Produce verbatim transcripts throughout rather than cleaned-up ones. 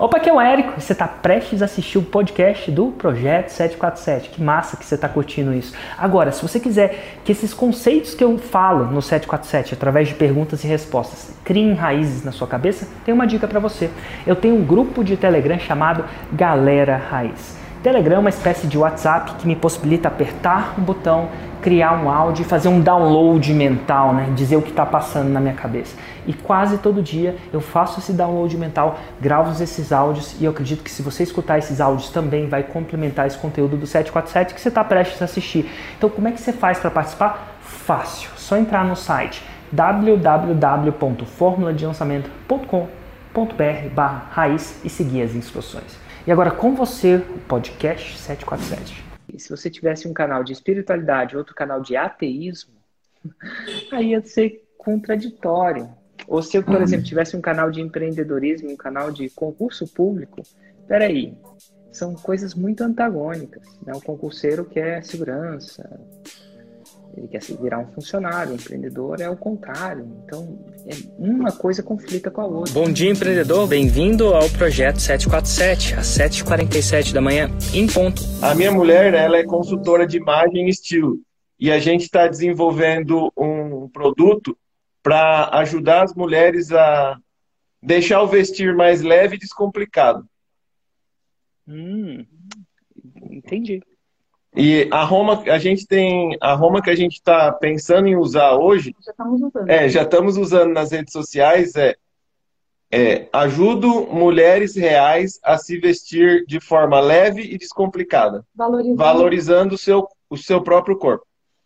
Opa, aqui é o Érico, você está prestes a assistir o podcast do Projeto sete quatro sete. Que massa que você está curtindo isso. Agora, se você quiser que esses conceitos que eu falo no sete quatro sete, através de perguntas e respostas, criem raízes na sua cabeça, tem uma dica para você. Eu tenho um grupo de Telegram chamado Galera Raiz. Telegram é uma espécie de WhatsApp que me possibilita apertar um botão, criar um áudio e fazer um download mental, né? Dizer o que está passando na minha cabeça. E quase todo dia eu faço esse download mental, gravo esses áudios e eu acredito que se você escutar esses áudios também vai complementar esse conteúdo do sete quatro sete que você está prestes a assistir. Então como é que você faz para participar? Fácil, só entrar no site w w w ponto formula de lançamento ponto com ponto b r barra raiz e seguir as instruções. E agora com você, o podcast sete quatro sete. E se você tivesse um canal de espiritualidade, outro canal de ateísmo, aí ia ser contraditório. Ou se eu, por exemplo, tivesse um canal de empreendedorismo, um canal de concurso público, peraí, são coisas muito antagônicas, né? O concurseiro quer segurança, ele quer virar um funcionário, o empreendedor é o contrário. Então, uma coisa conflita com a outra. Bom dia, empreendedor. Bem-vindo ao Projeto sete quatro sete, às sete e quarenta e sete da manhã, em ponto. A minha mulher, ela é consultora de imagem e estilo. E a gente está desenvolvendo um produto para ajudar as mulheres a deixar o vestir mais leve e descomplicado. Hum, entendi. E a Roma, a gente tem a Roma que a gente está pensando em usar hoje. Já estamos usando. É, já estamos usando nas redes sociais. É, é ajudo mulheres reais a se vestir de forma leve e descomplicada, Valorizando, valorizando o seu, o seu próprio corpo.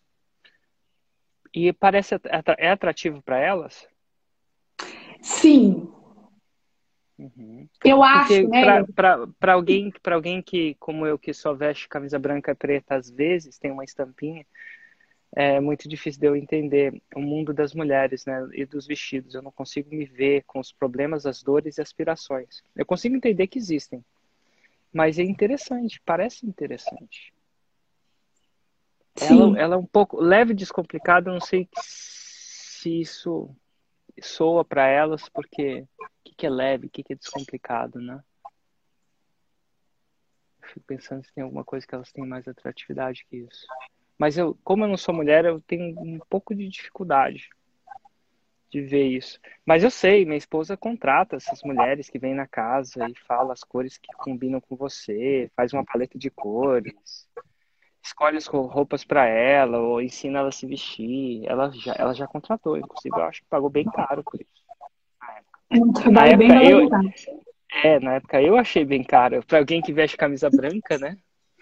E parece é atrativo para elas? Sim. Uhum. Eu acho, Porque né? para alguém, para alguém que, como eu, que só veste camisa branca e preta às vezes, tem uma estampinha, é muito difícil de eu entender o mundo das mulheres, né, e dos vestidos. Eu não consigo me ver com os problemas, as dores e aspirações. Eu consigo entender que existem, mas é interessante, parece interessante. Ela, ela é um pouco leve e descomplicada, eu não sei se isso soa para elas, porque o que, que é leve, o que, que é descomplicado, né? Eu fico pensando se tem alguma coisa que elas têm mais atratividade que isso. Mas eu, como eu não sou mulher, eu tenho um pouco de dificuldade de ver isso. Mas eu sei, minha esposa contrata essas mulheres que vêm na casa e fala as cores que combinam com você, faz uma paleta de cores, escolhe as roupas para ela, ou ensina ela a se vestir. Ela já, ela já contratou, inclusive eu acho que pagou bem caro por isso. É um trabalho bem valorizado. É, na época eu achei bem caro. Para alguém que veste camisa branca, né?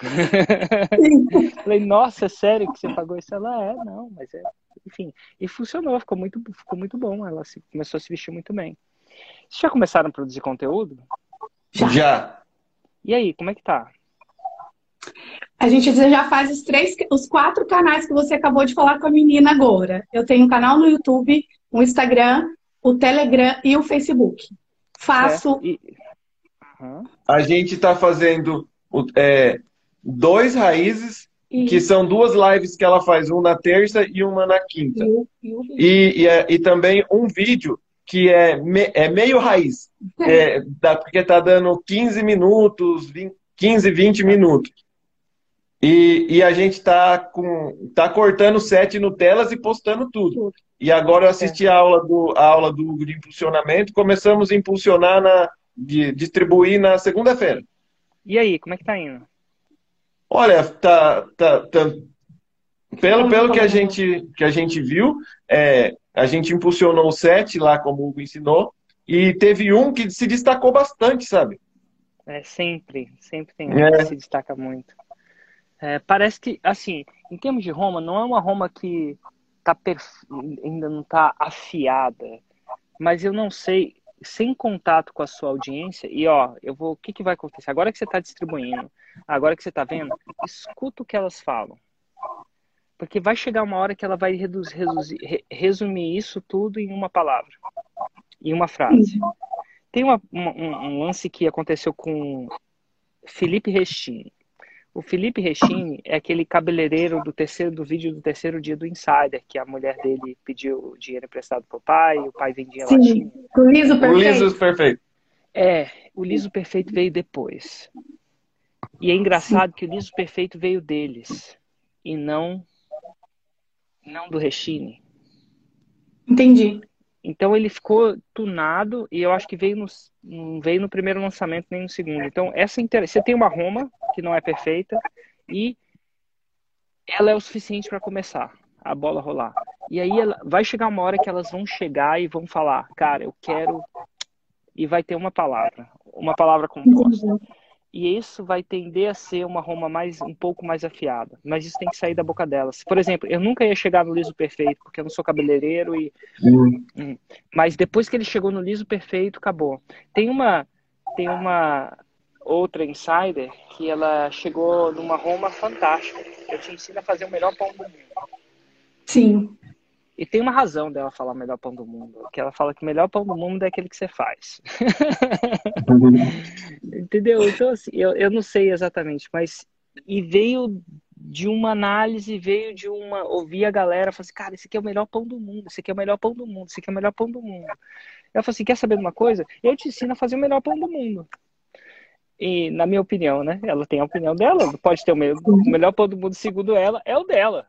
Falei, nossa, é sério que você pagou isso? Ela é, não, mas é. Enfim, e funcionou, ficou muito, ficou muito bom. Ela se, começou a se vestir muito bem. Vocês já começaram a produzir conteúdo? Já. já. E aí, como é que tá? A gente já faz os três, os quatro canais que você acabou de falar com a menina agora. Eu tenho um canal no YouTube, um Instagram, o Telegram e o Facebook. Faço. É, e... uhum. A gente está fazendo é, dois raízes, e... que são duas lives que ela faz, uma na terça e uma na quinta. E, o, e, o e, e, e também um vídeo que é, me, é meio raiz, é, dá, porque está dando quinze minutos, vinte, quinze, vinte minutos. E, e a gente está tá cortando sete Nutelas e postando tudo. E agora eu assisti a aula, do, a aula do, de impulsionamento, começamos a impulsionar, na, de distribuir na segunda-feira. E aí, como é que tá indo? Olha, tá, tá, tá pelo, pelo que a gente, que a gente viu, é, a gente impulsionou sete lá, como o Hugo ensinou, e teve um que se destacou bastante, sabe? É, sempre, sempre tem um é. que se destaca muito. É, parece que, assim, em termos de Roma, não é uma Roma que tá perf... ainda não está afiada, mas eu não sei, sem contato com a sua audiência, e ó, eu vou, o que, que vai acontecer? Agora que você está distribuindo, agora que você está vendo, escuta o que elas falam. Porque vai chegar uma hora que ela vai reduzir, reduzir, resumir isso tudo em uma palavra, em uma frase. Tem uma, uma, um lance que aconteceu com Felipe Restini. O Felipe Restini é aquele cabeleireiro do terceiro do vídeo do terceiro dia do Insider, que a mulher dele pediu dinheiro emprestado pro pai, o pai vendia latinha. O liso perfeito. O liso perfeito. É, o liso perfeito veio depois. E é engraçado que o liso perfeito veio deles e não, não do Rechine. Entendi. Então ele ficou tunado e eu acho que veio no, não veio no primeiro lançamento nem no segundo. Então essa inter... você tem uma Roma que não é perfeita e ela é o suficiente para começar a bola rolar. E aí ela... vai chegar uma hora que elas vão chegar e vão falar, cara, eu quero, e vai ter uma palavra, uma palavra composta. Entendi. E isso vai tender a ser uma Roma mais, um pouco mais afiada. Mas isso tem que sair da boca delas. Por exemplo, eu nunca ia chegar no liso perfeito, porque eu não sou cabeleireiro. E... Hum. Mas depois que ele chegou no liso perfeito, acabou. Tem uma, tem uma outra insider que ela chegou numa Roma fantástica. Eu te ensino a fazer o melhor pão do mundo. Sim. E tem uma razão dela falar o melhor pão do mundo. Que ela fala que o melhor pão do mundo é aquele que você faz. Entendeu? Então, assim, eu, eu não sei exatamente, mas... E veio de uma análise, veio de uma... Ouvir a galera, falar assim, cara, esse aqui é o melhor pão do mundo, esse aqui é o melhor pão do mundo, esse aqui é o melhor pão do mundo. Ela falou assim, quer saber de uma coisa? Eu te ensino a fazer o melhor pão do mundo. E, na minha opinião, né? Ela tem a opinião dela, pode ter o melhor, o melhor pão do mundo, segundo ela, é o dela.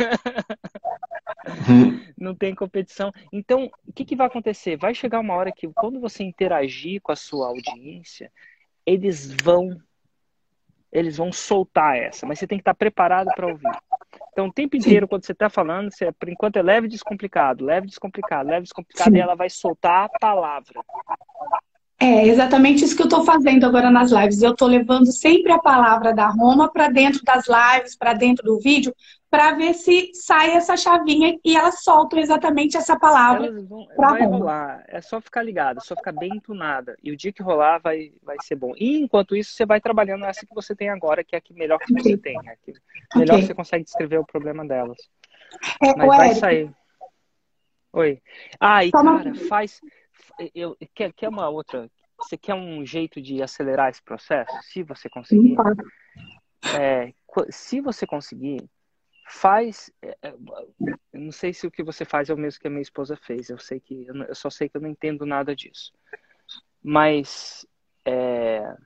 Não tem competição. Então, o que, que vai acontecer? Vai chegar uma hora que, quando você interagir com a sua audiência, eles vão eles vão soltar essa, mas você tem que estar preparado para ouvir. Então, o tempo inteiro, Sim. quando você está falando, você, por enquanto é leve e descomplicado, leve e descomplicado, leve e descomplicado, Sim. e ela vai soltar a palavra. É exatamente isso que eu estou fazendo agora nas lives. Eu estou levando sempre a palavra da Roma para dentro das lives, para dentro do vídeo, para ver se sai essa chavinha e elas soltam exatamente essa palavra. Elas vão, vai Roma. rolar, é só ficar ligado, é só ficar bem entunada. E o dia que rolar vai, vai ser bom. E enquanto isso, você vai trabalhando essa que você tem agora, que é a que melhor que okay. você tem. É a que melhor okay. que você consegue descrever o problema delas. É, Mas vai Eric. sair. Oi. Ah, e cara, faz... Eu, quer, quer uma outra... Você quer um jeito de acelerar esse processo? Se você conseguir. É, se você conseguir, faz... Eu não sei se o que você faz é o mesmo que a minha esposa fez. Eu sei que eu só sei que eu não entendo nada disso. Mas... É...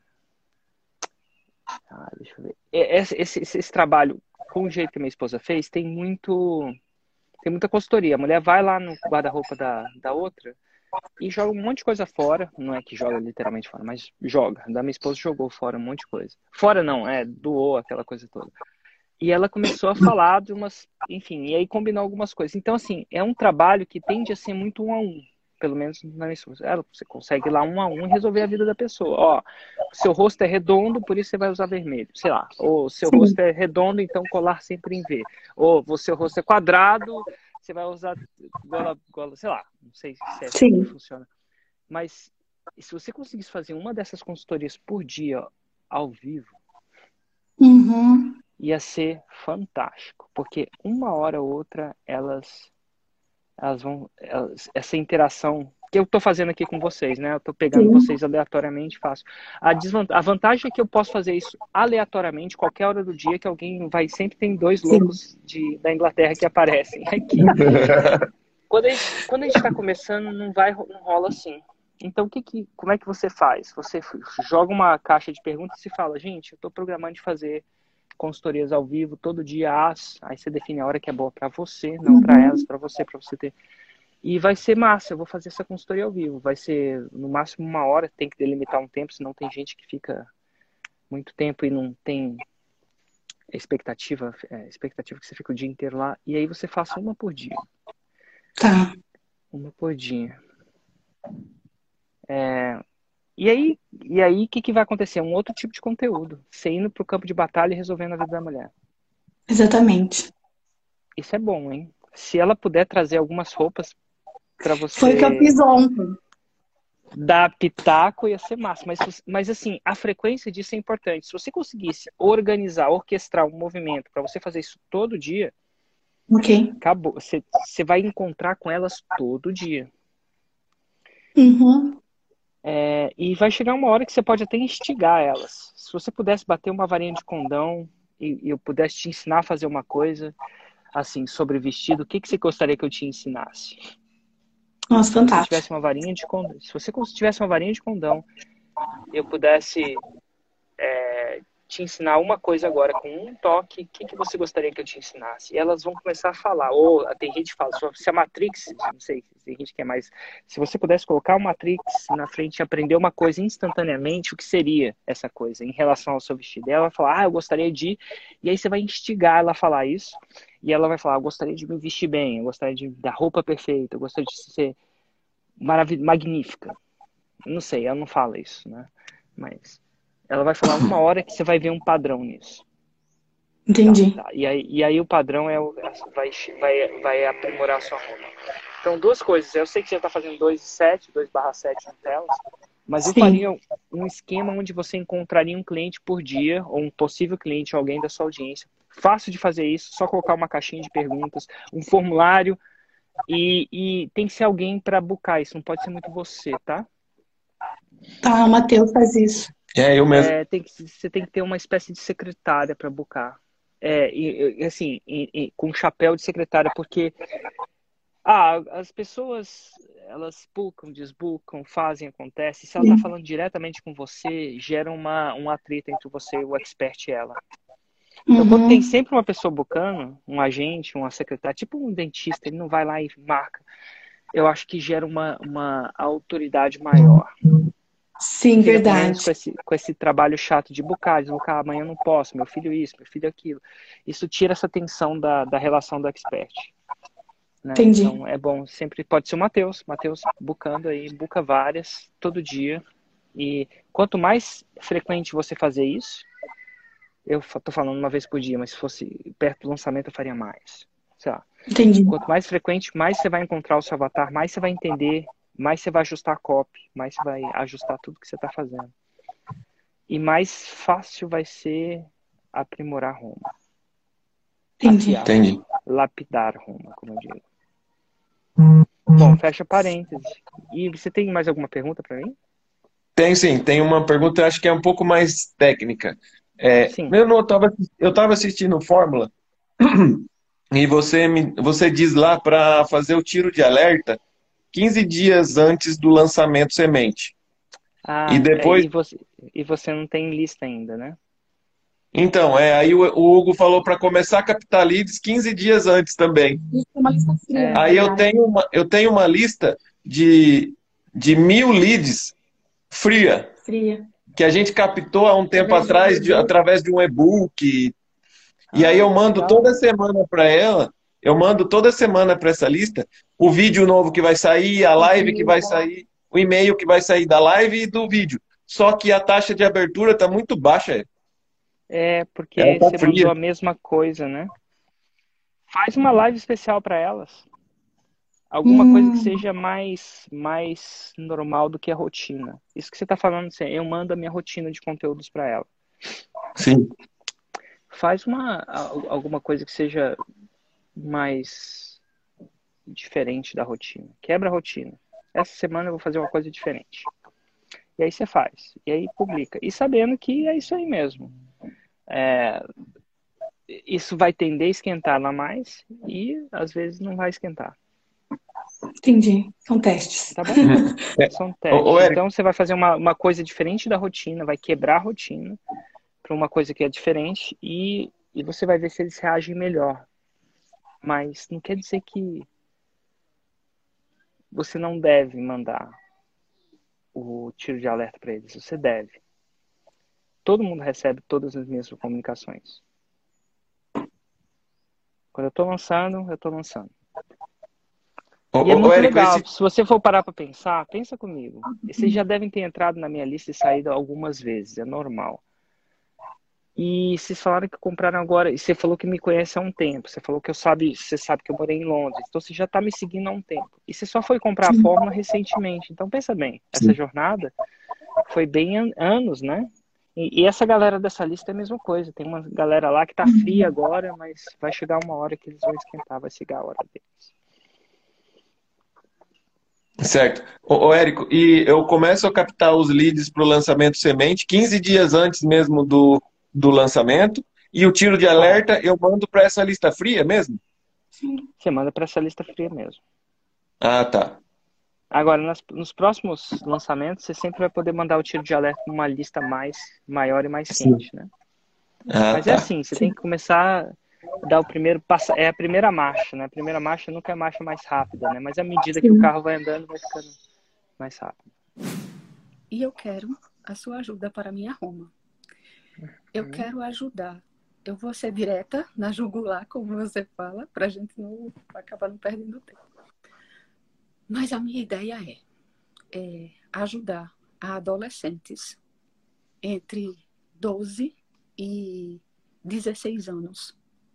Ah, deixa eu ver. Esse, esse, esse trabalho com o jeito que a minha esposa fez tem muito... Tem muita consultoria. A mulher vai lá no guarda-roupa da, da outra e joga um monte de coisa fora. Não é que joga literalmente fora, mas joga. Da minha esposa jogou fora um monte de coisa. Fora não, é, doou aquela coisa toda. E ela começou a falar de umas... Enfim, e aí combinou algumas coisas. Então, assim, é um trabalho que tende a ser muito um a um. Pelo menos na minha esposa. Ela, você consegue ir lá um a um e resolver a vida da pessoa. Ó, seu rosto é redondo, por isso você vai usar vermelho. Sei lá. Ou seu Sim. rosto é redondo, então colar sempre em V. Ou o seu rosto é quadrado, você vai usar gola, gola, sei lá. Não sei se é assim que funciona. Mas se você conseguisse fazer uma dessas consultorias por dia, ao vivo, uhum. ia ser fantástico. Porque uma hora ou outra, elas... elas vão, elas, essa interação que eu estou fazendo aqui com vocês, né? Eu estou pegando Sim. vocês aleatoriamente e faço. A, a vantagem é que eu posso fazer isso aleatoriamente, qualquer hora do dia, que alguém vai... Sempre tem dois loucos de, da Inglaterra que aparecem aqui. Quando a gente quando a gente está começando, não, vai, não rola assim. Então, o que que, como é que você faz? Você joga uma caixa de perguntas e fala, gente, eu estou programando de fazer consultorias ao vivo todo dia, às, aí você define a hora que é boa para você, não uhum. para elas, para você, para você ter. E vai ser massa, eu vou fazer essa consultoria ao vivo, vai ser no máximo uma hora, tem que delimitar um tempo, senão tem gente que fica muito tempo e não tem expectativa, é, expectativa que você fica o dia inteiro lá, e aí você faça uma por dia. Tá. Uma por dia. É... E aí, e aí, o que, que vai acontecer? Um outro tipo de conteúdo. Você indo pro campo de batalha e resolvendo a vida da mulher. Exatamente. Isso é bom, hein? Se ela puder trazer algumas roupas para você... Foi o que eu fiz ontem. Dar pitaco, ia ser massa. Mas, mas, assim, a frequência disso é importante. Se você conseguisse organizar, orquestrar um movimento para você fazer isso todo dia, ok, acabou. Você, você vai encontrar com elas todo dia. Uhum. É, e vai chegar uma hora que você pode até instigar elas. Se você pudesse bater uma varinha de condão e, e eu pudesse te ensinar a fazer uma coisa assim sobre vestido, o que, que você gostaria que eu te ensinasse? Nossa, Se você fantástico. tivesse uma varinha de condão, se você tivesse uma varinha de condão, eu pudesse é, te ensinar uma coisa agora com um toque, o que, que você gostaria que eu te ensinasse? E elas vão começar a falar. Ou tem gente que fala, se a Matrix, não sei, tem gente que é mais... Se você pudesse colocar o Matrix na frente e aprender uma coisa instantaneamente, o que seria essa coisa em relação ao seu vestido? E ela vai falar, ah, eu gostaria de... E aí você vai instigar ela a falar isso, e ela vai falar, eu gostaria de me vestir bem, eu gostaria de da roupa perfeita, eu gostaria de ser marav- magnífica. Não sei, ela não fala isso, né? Mas... Ela vai falar uma hora que você vai ver um padrão nisso. Entendi. Tá, tá. E, aí, e aí o padrão é o, vai, vai, vai aprimorar a sua roupa. Então, duas coisas. Eu sei que você está fazendo dois sete, dois barra sete no telas, mas eu Sim. faria um esquema onde você encontraria um cliente por dia, ou um possível cliente, alguém da sua audiência. Fácil de fazer isso, só colocar uma caixinha de perguntas, um formulário, e, e tem que ser alguém para bucar isso, não pode ser muito você, tá? Tá, o Matheus faz isso. É, eu mesmo. É, tem que, você tem que ter uma espécie de secretária para bucar. É, e, e, assim, e, e, com chapéu de secretária, porque ah, as pessoas, elas bucam, desbucam, fazem, acontece. Se ela está falando diretamente com você, gera uma, um atrito entre você, o expert e ela. Então, Uhum. quando tem sempre uma pessoa bucando, um agente, uma secretária, tipo um dentista, ele não vai lá e marca. Eu acho que gera uma, uma autoridade maior. Sim, Fica verdade. menos com esse, com esse trabalho chato de bucar, de bucar, amanhã eu não posso, meu filho isso, meu filho aquilo. Isso tira essa tensão da, da relação do expert. Né? Entendi. Então é bom, sempre pode ser o Matheus, Matheus bucando aí, buca várias, todo dia. E quanto mais frequente você fazer isso, eu tô falando uma vez por dia, mas se fosse perto do lançamento eu faria mais. Sei lá. Entendi. Quanto mais frequente, mais você vai encontrar o seu avatar, mais você vai entender, mais você vai ajustar a copy, mais você vai ajustar tudo que você está fazendo. E mais fácil vai ser aprimorar Roma. Entendi. Afiar, Entendi. lapidar Roma, como eu digo. Bom, fecha parênteses. E você tem mais alguma pergunta para mim? Tem sim, tem uma pergunta, acho que é um pouco mais técnica. É, Sim. eu não tava, eu estava assistindo Fórmula e você, me, você diz lá para fazer o tiro de alerta quinze dias antes do lançamento semente. Ah, E depois. é, e, você, e você não tem lista ainda, né? Então, é, aí o, o Hugo falou para começar a captar leads quinze dias antes também. Isso é uma lista fria, É. na Aí eu verdade. tenho uma, eu tenho uma lista de, de mil leads fria, Fria. que a gente captou há um tempo Através de atrás de- e-book. através de um e-book. E aí Ah, eu mando legal. toda semana para ela, eu mando toda semana para essa lista o vídeo novo que vai sair, a live que vai sair, o e-mail que vai sair da live e do vídeo. Só que a taxa de abertura tá muito baixa. É, Ela porque tá você fria. mandou a mesma coisa, né? Faz uma live especial para elas. Alguma Hum. coisa que seja mais, mais normal do que a rotina. Isso que você está falando, assim, eu mando a minha rotina de conteúdos para ela. Sim. Faz uma, al- alguma coisa que seja mais diferente da rotina. Quebra a rotina. Essa semana eu vou fazer uma coisa diferente. E aí você faz. E aí publica. E sabendo que é isso aí mesmo. É, isso vai tender a esquentar lá mais e às vezes não vai esquentar. Entendi. São testes. Tá bom? É. São Ô, testes. ô, Érico, Então você vai fazer uma, uma coisa diferente da rotina, vai quebrar a rotina para uma coisa que é diferente e, e você vai ver se eles reagem melhor. Mas não quer dizer que você não deve mandar o tiro de alerta para eles. Você deve. Todo mundo recebe todas as minhas comunicações. Quando eu estou lançando, eu estou lançando. ô, E é ô, muito Érico, legal. esse... Se você for parar para pensar, pensa comigo. Vocês já devem ter entrado na minha lista e saído algumas vezes. É normal. E vocês falaram que compraram agora. E você falou que me conhece há um tempo. Você falou que eu sabe, você sabe que eu morei em Londres. Então você já está me seguindo há um tempo. E você só foi comprar a Fórmula recentemente. Então pensa bem, essa jornada foi bem an anos, né? E, e essa galera dessa lista é a mesma coisa. Tem uma galera lá que tá fria agora, mas vai chegar uma hora que eles vão esquentar, vai chegar a hora deles. Certo. Ô, ô, Érico, e eu começo a captar os leads para o lançamento semente quinze dias antes mesmo do, do lançamento, e o tiro de alerta eu mando para essa lista fria mesmo? Você manda para essa lista fria mesmo. Ah, tá. Agora, nas- nos próximos lançamentos, você sempre vai poder mandar o tiro de alerta com uma lista mais maior e mais Sim. quente, né? Ah, Mas é tá. assim, você tem que começar a dar o primeiro passo, é a primeira marcha, né? A primeira marcha nunca é a marcha mais rápida, né? Mas à medida que o Sim. carro vai andando, vai ficando mais rápido. E eu quero a sua ajuda para a minha Roma. Eu Uhum. quero ajudar. Eu vou ser direta na jugular, como você fala, para a gente não acabar não perdendo tempo. Mas a minha ideia é, é ajudar a adolescentes entre doze e dezesseis anos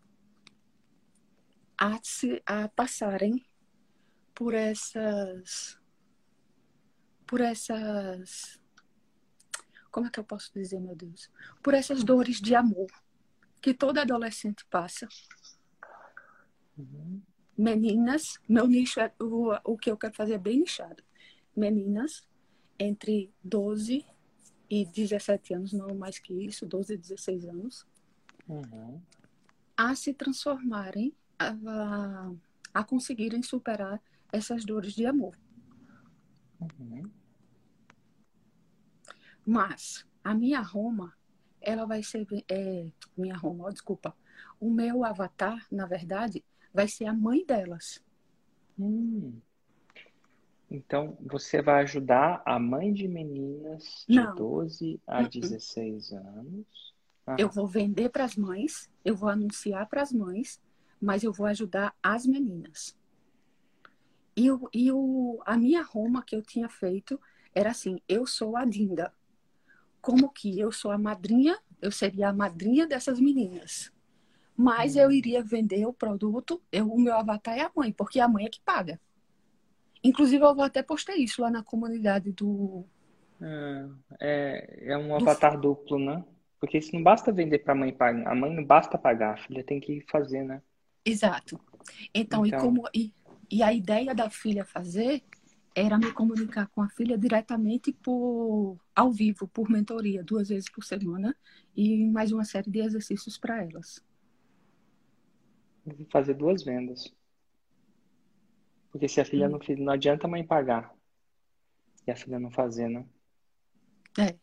a, se, a passarem por essas... por essas... Como é que eu posso dizer, meu Deus? Por essas dores de amor que toda adolescente passa. Uhum. Meninas, meu nicho é o, o que eu quero fazer é bem nichado. Meninas entre doze e dezessete anos, não mais que isso, doze e dezesseis anos, Uhum. a se transformarem, a, a conseguirem superar essas dores de amor. Uhum. Mas a minha Roma, ela vai ser, é, minha Roma, ó, desculpa, o meu avatar, na verdade, vai ser a mãe delas. Hum. Então, você vai ajudar a mãe de meninas de Não, doze a uh-uh. dezesseis anos. Eu Aham. vou vender para as mães, eu vou anunciar para as mães, mas eu vou ajudar as meninas. E, o, e o, a minha Roma que eu tinha feito era assim, eu sou a Dinda. Como que eu sou a madrinha, eu seria a madrinha dessas meninas. Mas eu iria vender o produto, eu, o meu avatar é a mãe, porque a mãe é que paga. Inclusive, eu vou até postar isso lá na comunidade do... Ah, É, é um do avatar duplo, né? Porque isso não basta vender para a mãe pagar. A mãe não basta pagar, a filha tem que fazer, né? Exato. Então, e, Então, como, e, e a ideia da filha fazer era me comunicar com a filha diretamente por, ao vivo, por mentoria, duas vezes por semana, e mais uma série de exercícios para elas. eu vou fazer duas vendas. Porque se a filha não fizer, não adianta a mãe pagar e a filha não fazer, né? É.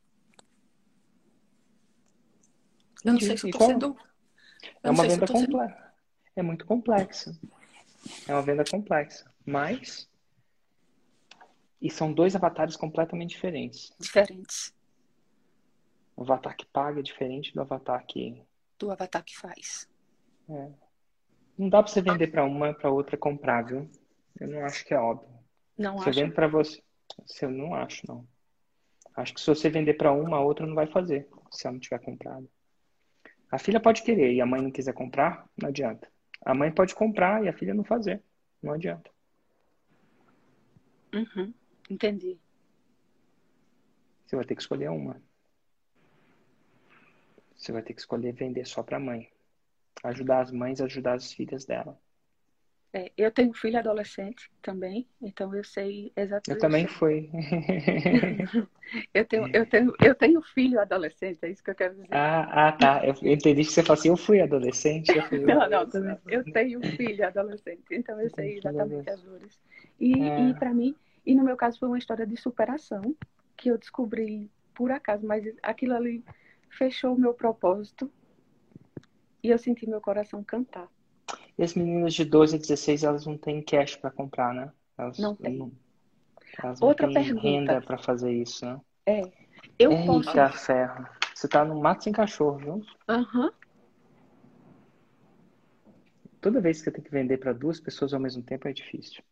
Eu não sei se eu E tô qual? sendo... Eu É não uma sei se eu venda tô sendo complexa. É muito complexa. É uma venda complexa. Mas, e são dois avatares completamente diferentes. diferentes O avatar que paga é diferente do avatar que... do avatar que faz. É. Não dá pra você vender pra uma e pra outra comprar, viu? Eu não acho que é óbvio. Não Se eu acha? vendo pra você... Se eu não acho, não. Acho que se você vender pra uma, a outra não vai fazer. Se ela não tiver comprado. A filha pode querer e a mãe não quiser comprar, não adianta. A mãe pode comprar e a filha não fazer. Não adianta. Uhum. Entendi. Você vai ter que escolher uma. Você vai ter que escolher vender só pra mãe. Ajudar as mães a ajudar as filhas dela. É, eu tenho filho adolescente também, então eu sei Eu exatamente. também fui. Eu tenho, eu tenho, eu tenho filho adolescente, é isso que eu quero dizer. Ah, ah, tá. Eu entendi que você falou assim, eu fui adolescente. Eu falei, Não, oh, não, eu também eu fui. tenho filho adolescente, então eu Eu tenho sei filho exatamente adolescente. as dores. E, e É, para mim, e no meu caso foi uma história de superação que eu descobri por acaso, mas aquilo ali fechou o meu propósito e eu senti meu coração cantar. e as meninas de doze a dezesseis, elas não têm cash pra comprar, né? Elas Não tem. não, elas não Outra têm pergunta renda pra fazer isso, né? é, eu posso... Eita ferro. Você tá no mato sem cachorro, viu? Aham. Toda vez que você tem que vender para duas pessoas ao mesmo tempo é difícil.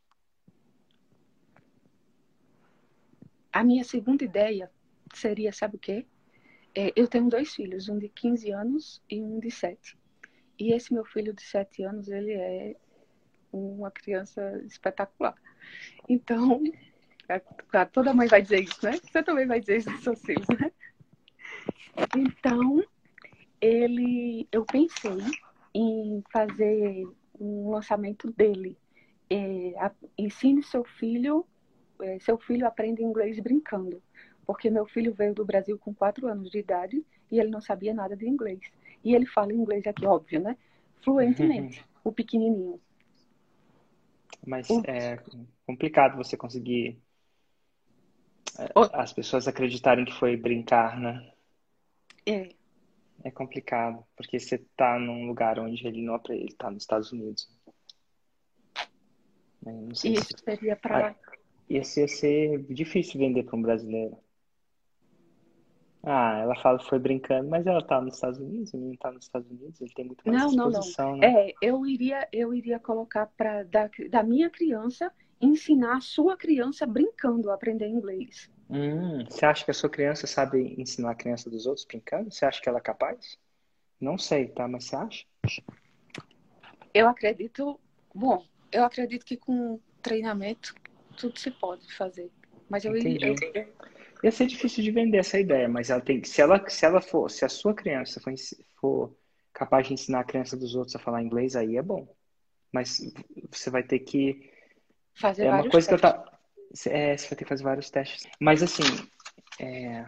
A minha segunda ideia seria, sabe o quê? É, eu tenho dois filhos, um de quinze anos e um de sete. E esse meu filho de sete anos, ele é uma criança espetacular. Então, claro, toda mãe vai dizer isso, né? Você também vai dizer isso dos seus filhos, né? Então, ele, eu pensei em fazer um lançamento dele. É, a, ensine seu filho, é, seu filho aprende inglês brincando. Porque meu filho veio do Brasil com quatro anos de idade e ele não sabia nada de inglês. E ele fala inglês aqui, óbvio, né? Fluentemente, o pequenininho. Mas O... é complicado você conseguir Ô, As pessoas acreditarem que foi brincar, né? é, É complicado, porque você tá num lugar onde ele não apre- ele tá nos Estados Unidos, né? Não sei e se isso seria ah, para. esse ia ser difícil vender para um brasileiro. Ah, ela fala que foi brincando, mas ela tá nos Estados Unidos, o menino tá nos Estados Unidos, ele tem muito mais Não, não, não. exposição, né? É, eu iria, eu iria colocar para da, da minha criança ensinar a sua criança brincando a aprender inglês. Hum, você acha que a sua criança sabe ensinar a criança dos outros brincando? Você acha que ela é capaz? Não sei, tá? Mas você acha? Eu acredito, bom, eu acredito que com treinamento tudo se pode fazer. Mas eu, iria- eu, Entendi. Ia ser difícil de vender essa ideia, mas ela tem, se ela, se ela for, se a sua criança for, ensi- for capaz de ensinar a criança dos outros a falar inglês, aí é bom. Mas você vai ter que, fazer é uma vários coisa que eu testes. tá, é, você vai ter que fazer vários testes. Mas assim, é,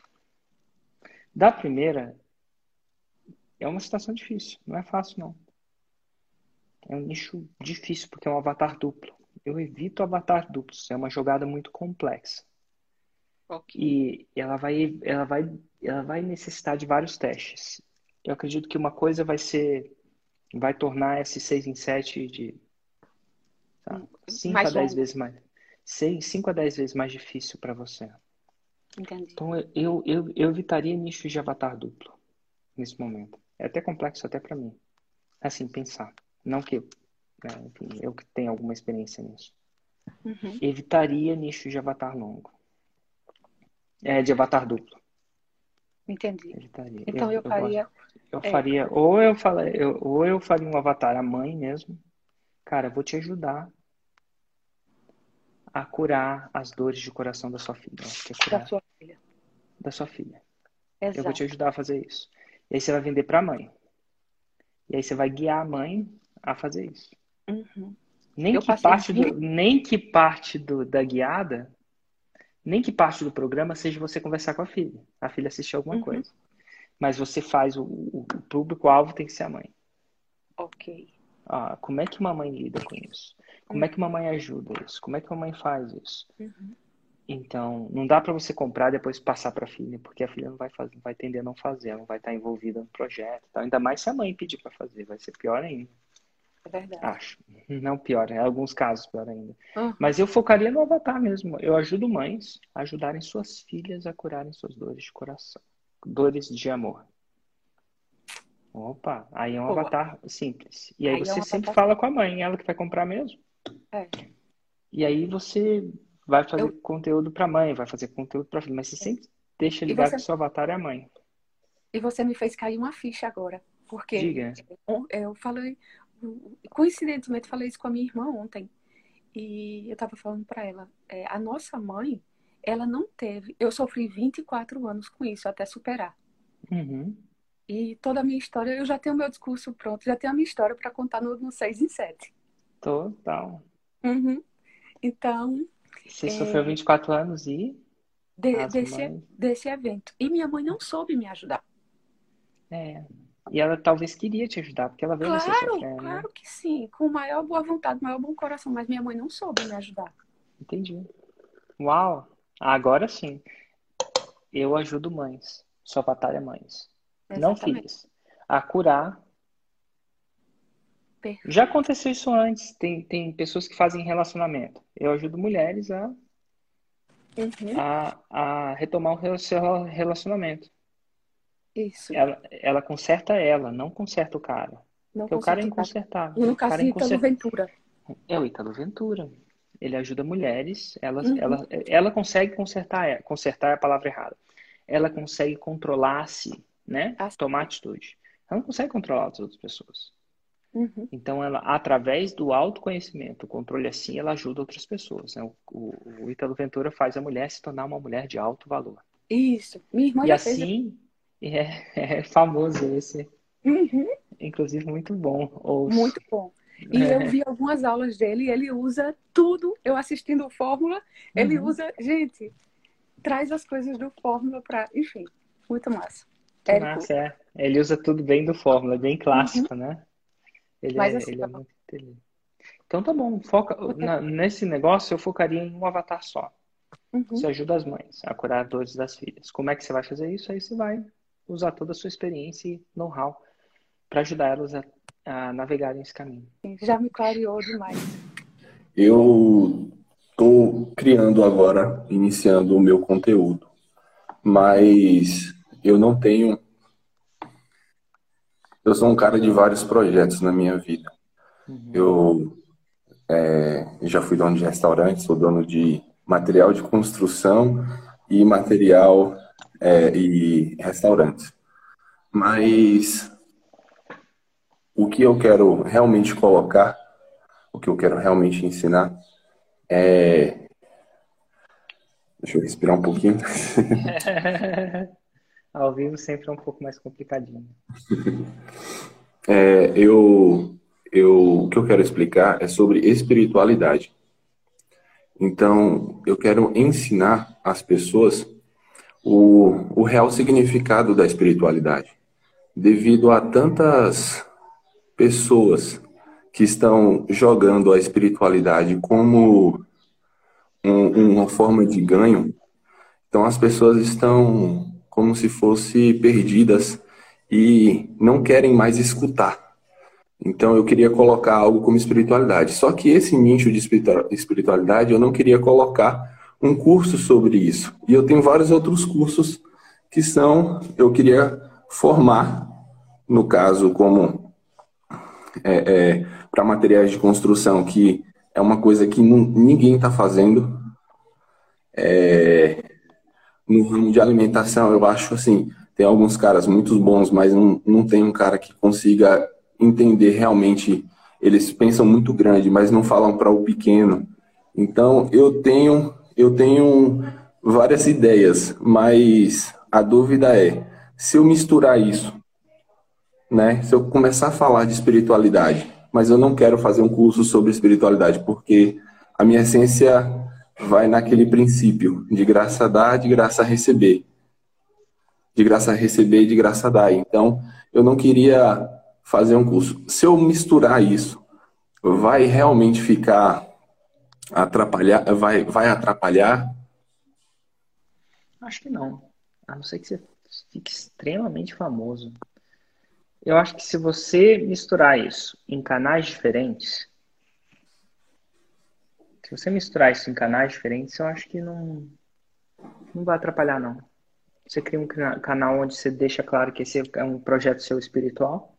da primeira, é uma situação difícil, não é fácil não. É um nicho difícil porque é um avatar duplo. Eu evito avatar duplos, é uma jogada muito complexa. Ok. E ela vai, ela vai, ela vai necessitar de vários testes. Eu acredito que uma coisa vai ser, vai tornar esse seis em sete de Hum, cinco a Mais dez longo, vezes mais, seis cinco a dez vezes mais difícil para você. entendi. Então eu, eu, eu evitaria nichos de avatar duplo nesse momento. É até complexo até para mim. Assim, pensar. Não que, né, enfim, eu que tenho alguma experiência nisso. Uhum, Evitaria nichos de avatar longo. É, de avatar duplo. entendi. Evitaria. Então Eu, eu eu gosto. faria, Eu é, faria, ou eu falei, eu, ou eu faria um avatar a mãe mesmo. Cara, eu vou te ajudar a curar as dores de coração da sua filha. Eu acho que é da curar sua filha. da sua filha. Eu vou te Exato. ajudar a fazer isso. E aí você vai vender para a mãe. E aí você vai guiar a mãe a fazer isso. Uhum. Nem Eu que passei parte vinte. do, nem que parte do, da guiada, nem que parte do programa seja você conversar com a filha. A filha assistir alguma Uhum. coisa. Mas você faz o, o, o público-alvo tem que ser a mãe. Ok. Ah, como é que uma mãe lida com isso? Como é que Uhum. uma mãe ajuda isso? Como é que uma mãe faz isso? Uhum. Então, não dá para você comprar e depois passar para a filha, porque a filha não vai fazer, vai tender a não fazer, ela não vai estar envolvida no projeto, e tal. Ainda mais se a mãe pedir para fazer, vai ser pior ainda, É verdade. acho. Não pior, em alguns casos pior ainda. Uhum. Mas eu focaria no avatar mesmo. Eu ajudo mães a ajudarem suas filhas a curarem suas dores de coração, dores de amor. Opa, aí é um Boa. avatar simples. E aí Aí é você uma sempre votação. fala com a mãe, ela que vai comprar mesmo. É. E aí você vai fazer Eu, conteúdo para mãe, vai fazer conteúdo para filho, mas você sempre deixa e ligado que você, seu avatar é a mãe. e você me fez cair uma ficha agora. Porque Diga. on- eu falei, coincidentemente, falei isso com a minha irmã ontem. E eu tava falando pra ela, é, a nossa mãe, ela não teve. Eu sofri vinte e quatro anos com isso, até superar. Uhum. E toda a minha história, eu já tenho o meu discurso pronto, já tenho a minha história para contar no, no seis em sete. Total. Uhum. Então, Você sofreu é, vinte e quatro anos e de- as desse, mães. desse evento. E minha mãe não soube me ajudar. É. E ela talvez queria te ajudar, porque ela vê você Claro, sofrendo, né? claro que sim, com maior boa vontade, maior bom coração, mas minha mãe não soube me ajudar. Entendi. Uau! Agora sim. Eu ajudo mães. Sua avatar é mães. Não Exatamente. filhas. A curar. Já Perfeito. aconteceu isso antes. Tem, tem pessoas que fazem relacionamento. Eu ajudo mulheres a, Uhum. a, a retomar o seu relacionamento. Isso. Ela, ela conserta ela, não conserta o cara. Não Porque o cara é conserto o caso. inconsertável. No O caso cara é de Ítalo inconsertável. Ventura. É o Ítalo Ventura. Ele ajuda mulheres. Ela, Uhum. ela, ela consegue consertar. Consertar é a palavra errada. Ela consegue controlar-se, né? Assim. Tomar atitude. Ela não consegue controlar as outras pessoas. Uhum. Então, ela, através do autoconhecimento, o controle assim, ela ajuda outras pessoas, né? O, o, o Ítalo Ventura faz a mulher se tornar uma mulher de alto valor. Isso. Minha irmã E já fez. assim, é, é famoso esse, Uhum. inclusive muito bom, ouço. Muito bom. E eu vi algumas aulas dele e ele usa tudo. Eu assistindo o Fórmula, ele Uhum. usa. Gente, traz as coisas do Fórmula para. Enfim, muito massa. Que Érico. massa, é. Ele usa tudo bem do Fórmula, é bem Uhum. clássico, né? Ele Mas é, assim, ele é ó, muito inteligente. Então tá bom, foca, você- na, nesse negócio eu focaria em um avatar só. Uhum. Você ajuda as mães a curar dores das filhas. Como é que você vai fazer isso? Aí você vai usar toda a sua experiência e know-how para ajudar elas a, a navegarem esse caminho. Já me clareou demais. Eu estou criando agora, iniciando o meu conteúdo, mas eu não tenho. Eu sou um cara de vários projetos na minha vida. Uhum. Eu é, já fui dono de restaurante, sou dono de material de construção e material é, e restaurantes. Mas o que eu quero realmente colocar, o que eu quero realmente ensinar é... Deixa eu respirar um pouquinho. Ao vivo sempre é um pouco mais complicadinho. É, eu, eu, o que eu quero explicar é sobre espiritualidade. Então, eu quero ensinar às pessoas o, o real significado da espiritualidade. Devido a tantas pessoas que estão jogando a espiritualidade como um, uma forma de ganho, então as pessoas estão como se fossem perdidas e não querem mais escutar. Então eu queria colocar algo como espiritualidade. Só que esse nicho de espiritualidade eu não queria colocar um curso sobre isso. E eu tenho vários outros cursos que são, eu queria formar, no caso, como é, é, para materiais de construção, que é uma coisa que não, ninguém está fazendo. É, no ramo de alimentação, eu acho assim, tem alguns caras muito bons, mas não, não tem um cara que consiga entender realmente. Eles pensam muito grande, mas não falam para o pequeno. Então, eu tenho, eu tenho várias ideias, mas a dúvida é, se eu misturar isso, né? Se eu começar a falar de espiritualidade, mas eu não quero fazer um curso sobre espiritualidade, porque a minha essência vai naquele princípio de graça dar, de graça receber. De graça receber e de graça dar. Então, eu não queria fazer um curso. Se eu misturar isso, vai realmente ficar atrapalhar, vai, vai atrapalhar? Acho que não. A não ser que você fique extremamente famoso. Eu acho que se você misturar isso em canais diferentes, se você misturar isso em canais diferentes, eu acho que não, não vai atrapalhar, não. Você cria um canal onde você deixa claro que esse é um projeto seu espiritual,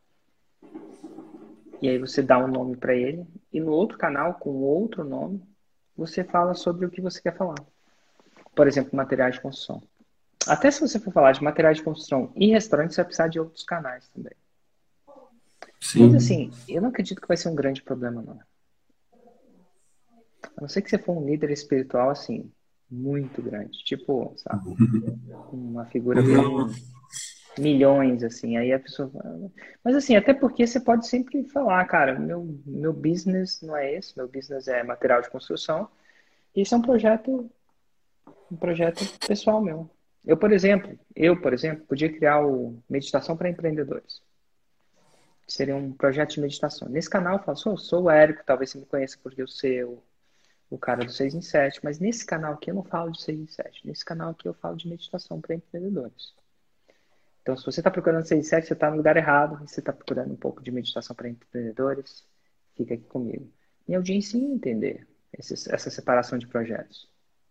e aí você dá um nome para ele, e no outro canal, com outro nome, você fala sobre o que você quer falar. Por exemplo, materiais de construção. Até se você for falar de materiais de construção e restaurante, você vai precisar de outros canais também. Sim. Mas assim, eu não acredito que vai ser um grande problema, não. A não ser que você for um líder espiritual, assim, muito grande. Tipo, sabe? Uma figura com milhões, assim. Aí a pessoa... Mas assim, até porque você pode sempre falar, cara, meu, meu business não é esse. Meu business é material de construção. Isso é um projeto, um projeto pessoal meu. Eu, por exemplo, eu, por exemplo, podia criar o Meditação para Empreendedores. Seria um projeto de meditação. Nesse canal eu falo, sou, sou o Érico, talvez você me conheça porque eu sou o cara do seis em sete, mas nesse canal aqui eu não falo de seis em sete. Nesse canal aqui eu falo de meditação para empreendedores. Então, se você está procurando seis em sete, você está no lugar errado. E você está procurando um pouco de meditação para empreendedores, fica aqui comigo. Minha audiência ia entender esses, essa separação de projetos.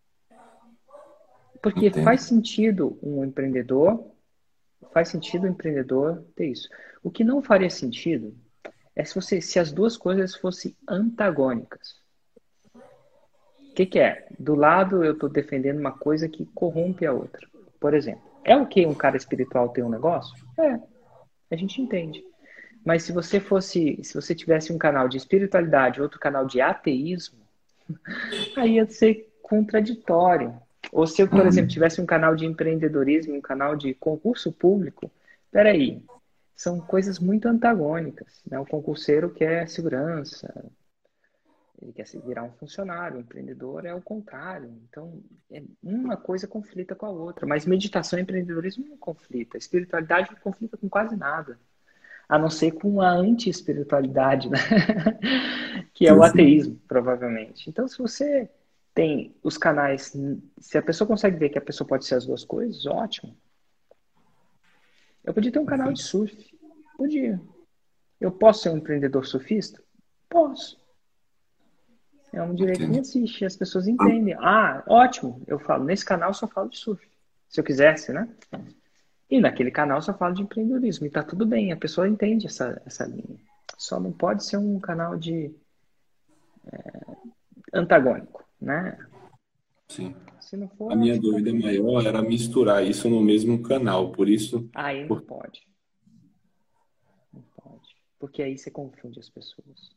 Porque Entendo. faz sentido um empreendedor, faz sentido o empreendedor ter isso. O que não faria sentido é se, você, se as duas coisas fossem antagônicas. O que, que é? Do lado eu estou defendendo uma coisa que corrompe a outra. Por exemplo, é o que um cara espiritual ter um negócio? É, a gente entende. Mas se você fosse, se você tivesse um canal de espiritualidade, outro canal de ateísmo, aí ia ser contraditório. Ou se eu, por exemplo, tivesse um canal de empreendedorismo, um canal de concurso público, peraí, são coisas muito antagônicas, né? O concurseiro quer segurança, ele quer se virar um funcionário, o empreendedor é o contrário. Então, é, uma coisa conflita com a outra, mas meditação e empreendedorismo não conflita, espiritualidade não conflita com quase nada, a não ser com a anti-espiritualidade, né? Que é o ateísmo, provavelmente. Então, se você Tem os canais, se a pessoa consegue ver que a pessoa pode ser as duas coisas, ótimo. Eu podia ter um canal de surf. Podia. Eu posso ser um empreendedor surfista? Posso. É um direito que me assiste, as pessoas entendem. Ah, ótimo. Eu falo, nesse canal eu só falo de surf. Se eu quisesse, né? E naquele canal eu só falo de empreendedorismo. E tá tudo bem, a pessoa entende essa, essa linha. Só não pode ser um canal de é, antagônico, né? Sim. Se não for, A minha fica... dúvida maior era misturar isso no mesmo canal, por isso... Aí não por... pode. Não pode. Porque aí você confunde as pessoas.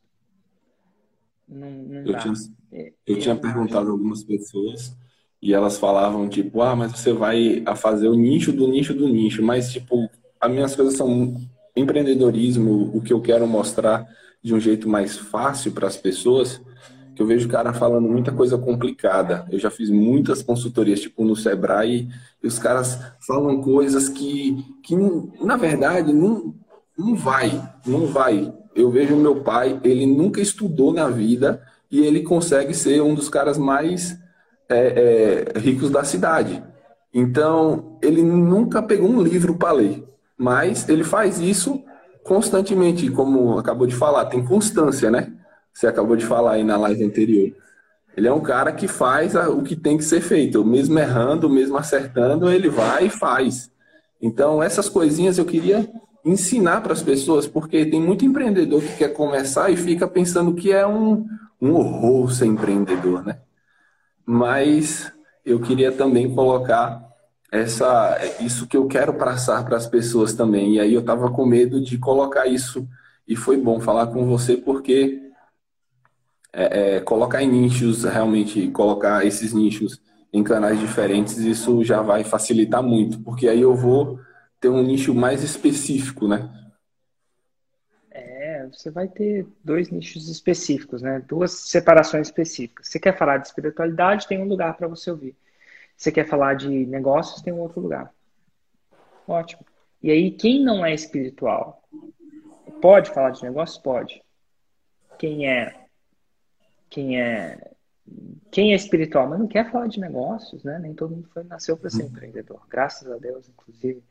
Não, não Eu dá. tinha, eu eu tinha não perguntado a acho. algumas pessoas e elas falavam, tipo, ah, mas você vai a fazer o nicho do nicho do nicho, mas, tipo, as minhas coisas são empreendedorismo, o que eu quero mostrar de um jeito mais fácil para as pessoas, que eu vejo o cara falando muita coisa complicada. Eu já fiz muitas consultorias, tipo, no Sebrae, e os caras falam coisas que, que na verdade, não, não vai, não vai. Eu vejo meu pai, ele nunca estudou na vida e ele consegue ser um dos caras mais é, é, ricos da cidade. Então, ele nunca pegou um livro para ler, mas ele faz isso constantemente, como acabou de falar, tem constância, né? Você acabou de falar aí na live anterior. Ele é um cara que faz o que tem que ser feito, mesmo errando, mesmo acertando, ele vai e faz. Então, essas coisinhas eu queria ensinar para as pessoas, porque tem muito empreendedor que quer começar e fica pensando que é um, um horror ser empreendedor, né? Mas eu queria também colocar essa, isso que eu quero passar para as pessoas também. E aí eu estava com medo de colocar isso. E foi bom falar com você, porque é, é, colocar em nichos, realmente colocar esses nichos em canais diferentes, isso já vai facilitar muito, porque aí eu vou ter um nicho mais específico, né? É, você vai ter dois nichos específicos, né? Duas separações específicas. Você quer falar de espiritualidade, tem um lugar para você ouvir. Você quer falar de negócios, tem um outro lugar. Ótimo. E aí, quem não é espiritual, pode falar de negócios? Pode. Quem é, quem é, quem é espiritual, mas não quer falar de negócios, né? Nem todo mundo foi, nasceu para ser empreendedor. Graças a Deus, inclusive.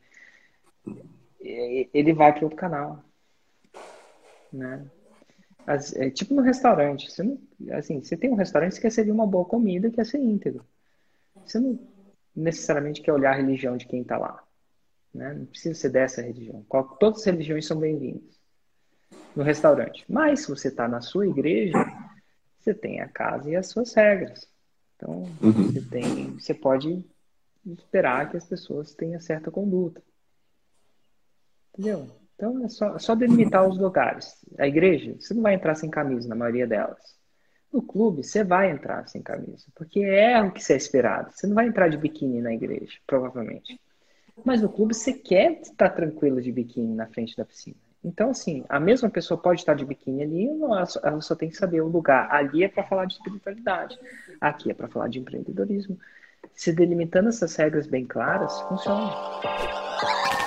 Ele vai para outro canal, né? As, é, tipo no restaurante. Você não, assim, você tem um restaurante, você quer servir uma boa comida, quer ser íntegro. Você não necessariamente quer olhar a religião de quem está lá, né? Não precisa ser dessa religião. Qual, todas as religiões são bem-vindas no restaurante. Mas se você está na sua igreja, você tem a casa e as suas regras. Então, Uhum. você, tem, você pode esperar que as pessoas tenham certa conduta. Entendeu? Então, é só, só delimitar os lugares. A igreja, você não vai entrar sem camisa, na maioria delas. No clube, você vai entrar sem camisa, porque é o que você é esperado. Você não vai entrar de biquíni na igreja, provavelmente. Mas no clube, você quer estar tranquilo de biquíni na frente da piscina. Então, assim, a mesma pessoa pode estar de biquíni ali, ela só tem que saber o lugar. Ali é para falar de espiritualidade. Aqui é para falar de empreendedorismo. Se delimitando essas regras bem claras, funciona.